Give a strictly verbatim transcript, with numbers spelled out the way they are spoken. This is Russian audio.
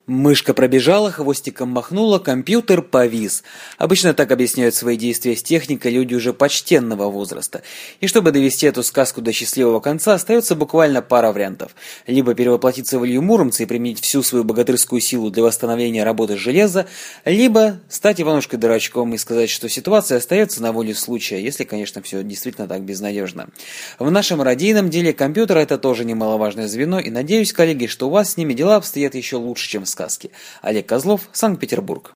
Мышка пробежала, хвостиком махнула, компьютер повис. Обычно так объясняют свои действия с техникой люди уже почтенного возраста. И чтобы довести эту сказку до счастливого конца, остается буквально пара вариантов. Либо перевоплотиться в Илью Муромца и применить всю свою богатырскую силу для восстановления работы железа, либо стать Иванушкой-дурачком и сказать, что ситуация остается на воле случая, если, конечно, все действительно так безнадежно. В нашем радийном деле компьютера это тоже немаловажное звено, и надеюсь, коллеги, что у вас с ними дела обстоят еще лучше, чем в сказке. Олег Козлов, Санкт-Петербург.